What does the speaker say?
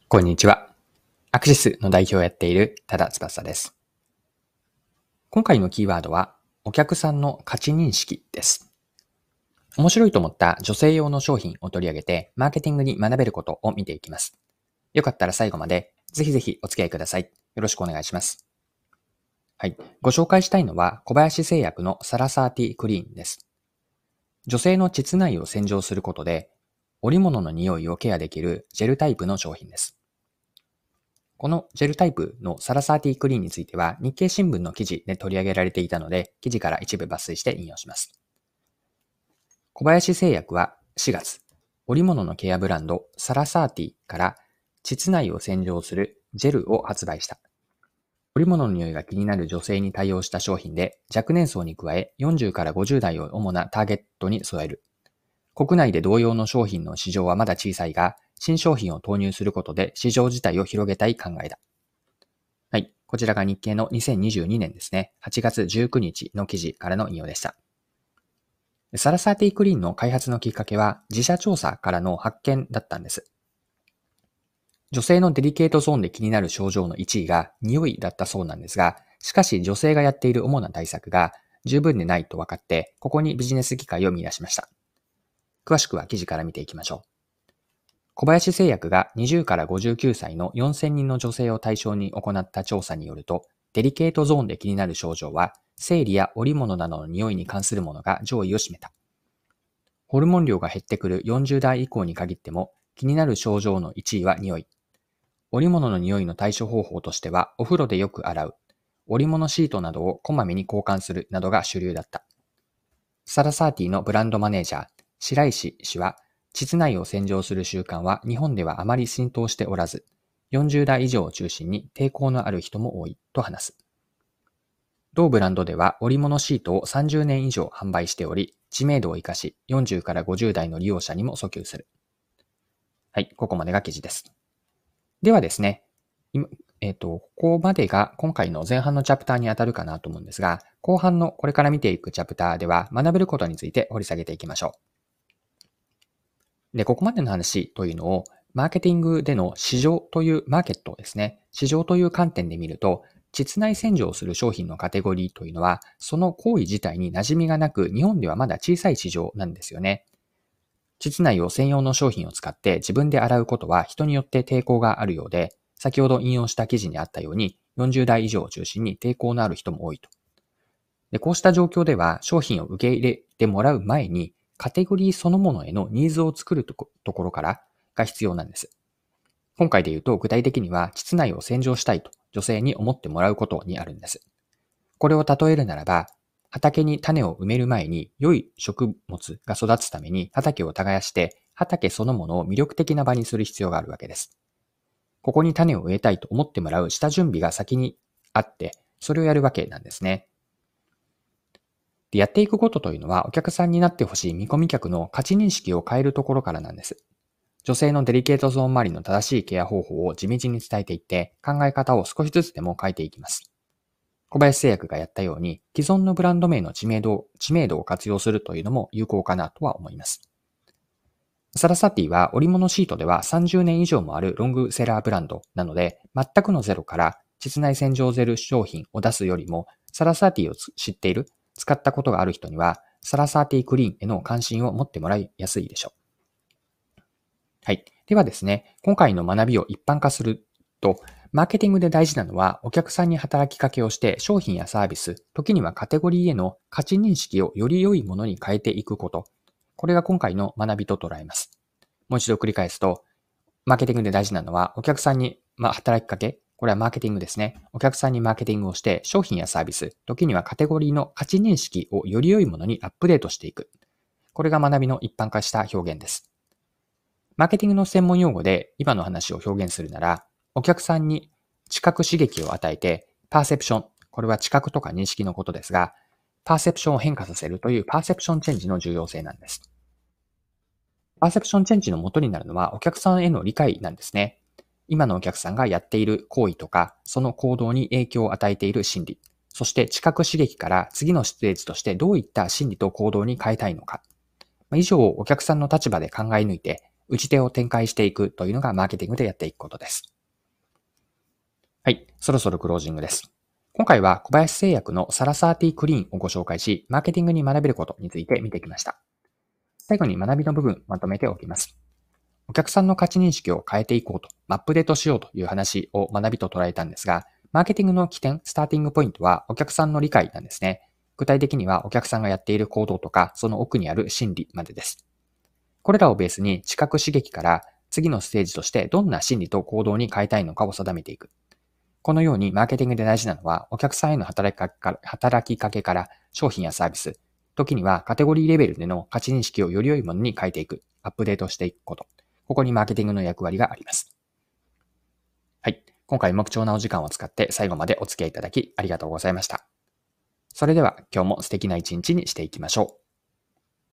こんにちは。アクシスの代表をやっている多田翼です。今回のキーワードは、お客さんの価値認識です。面白いと思った女性用の商品を取り上げて、マーケティングに学べることを見ていきます。よかったら最後まで、ぜひぜひお付き合いください。よろしくお願いします。はい。ご紹介したいのは、小林製薬のサラサーティクリーンです。女性の膣内を洗浄することで、織物の匂いをケアできるジェルタイプの商品です。このジェルタイプのサラサーティクリーンについては日経新聞の記事で取り上げられていたので、記事から一部抜粋して引用します。小林製薬は4月、織物のケアブランドサラサーティから膣内を洗浄するジェルを発売した。織物の匂いが気になる女性に対応した商品で、若年層に加え40から50代を主なターゲットに添える。国内で同様の商品の市場はまだ小さいが、新商品を投入することで市場自体を広げたい考えだ。はい。こちらが日経の2022年ですね。8月19日の記事からの引用でした。サラサーティクリーンの開発のきっかけは自社調査からの発見だったんです。女性のデリケートゾーンで気になる症状の1位が匂いだったそうなんですが、しかし女性がやっている主な対策が十分でないと分かって、ここにビジネス機会を見出しました。詳しくは記事から見ていきましょう。小林製薬が20から59歳の4000人の女性を対象に行った調査によると、デリケートゾーンで気になる症状は、生理や織物などの匂いに関するものが上位を占めた。ホルモン量が減ってくる40代以降に限っても、気になる症状の1位は匂い。織物の匂いの対処方法としては、お風呂でよく洗う。織物シートなどをこまめに交換するなどが主流だった。サラサーティのブランドマネージャー、白石氏は、膣内を洗浄する習慣は日本ではあまり浸透しておらず、40代以上を中心に抵抗のある人も多いと話す。同ブランドでは織物シートを30年以上販売しており、知名度を生かし40から50代の利用者にも訴求する。はい、ここまでが記事です。ではですね、ここまでが今回の前半のチャプターに当たるかなと思うんですが、後半のこれから見ていくチャプターでは学べることについて掘り下げていきましょう。で、ここまでの話というのを、マーケティングでの市場というマーケットですね。市場という観点で見ると、膣内洗浄する商品のカテゴリーというのは、その行為自体に馴染みがなく、日本ではまだ小さい市場なんですよね。膣内を専用の商品を使って自分で洗うことは人によって抵抗があるようで、先ほど引用した記事にあったように、40代以上を中心に抵抗のある人も多いと。で、こうした状況では、商品を受け入れてもらう前に、カテゴリーそのものへのニーズを作るところからが必要なんです。今回で言うと具体的には膣内を洗浄したいと女性に思ってもらうことにあるんです。これを例えるならば、畑に種を埋める前に良い植物が育つために畑を耕して畑そのものを魅力的な場にする必要があるわけです。ここに種を植えたいと思ってもらう下準備が先にあって、それをやるわけなんですね。で、やっていくことというのは、お客さんになってほしい見込み客の価値認識を変えるところからなんです。女性のデリケートゾーン周りの正しいケア方法を地道に伝えていって、考え方を少しずつでも変えていきます。小林製薬がやったように、既存のブランド名の知名度を活用するというのも有効かなとは思います。サラサティは織物シートでは30年以上もあるロングセラーブランドなので、全くのゼロから膣内洗浄ゼル商品を出すよりも、サラサティを知っている、使ったことがある人には、サラサーティクリーンへの関心を持ってもらいやすいでしょう。はい。ではですね、今回の学びを一般化すると、マーケティングで大事なのは、お客さんに働きかけをして、商品やサービス、時にはカテゴリーへの価値認識をより良いものに変えていくこと。これが今回の学びと捉えます。もう一度繰り返すと、マーケティングで大事なのは、お客さんに働きかけ、これはマーケティングですね。お客さんにマーケティングをして、商品やサービス、時にはカテゴリーの価値認識をより良いものにアップデートしていく。これが学びの一般化した表現です。マーケティングの専門用語で今の話を表現するなら、お客さんに知覚刺激を与えて、パーセプション、これは知覚とか認識のことですが、パーセプションを変化させるというパーセプションチェンジの重要性なんです。パーセプションチェンジの元になるのはお客さんへの理解なんですね。今のお客さんがやっている行為とか、その行動に影響を与えている心理、そして知覚刺激から次のステージとしてどういった心理と行動に変えたいのか。以上をお客さんの立場で考え抜いて、 打ち手を展開していくというのがマーケティングでやっていくことです。はい、そろそろクロージングです。今回は小林製薬のサラサーティクリーンをご紹介し、マーケティングに学べることについて見てきました。最後に学びの部分まとめておきます。お客さんの価値認識を変えていこうと、アップデートしようという話を学びと捉えたんですが、マーケティングの起点、スターティングポイントはお客さんの理解なんですね。具体的にはお客さんがやっている行動とか、その奥にある心理までです。これらをベースに知覚刺激から次のステージとしてどんな心理と行動に変えたいのかを定めていく。このようにマーケティングで大事なのは、お客さんへの働きかけから商品やサービス、時にはカテゴリーレベルでの価値認識をより良いものに変えていく、アップデートしていくこと。ここにマーケティングの役割があります。はい。今回も貴重なお時間を使って最後までお付き合いいただきありがとうございました。それでは今日も素敵な一日にしていきましょう。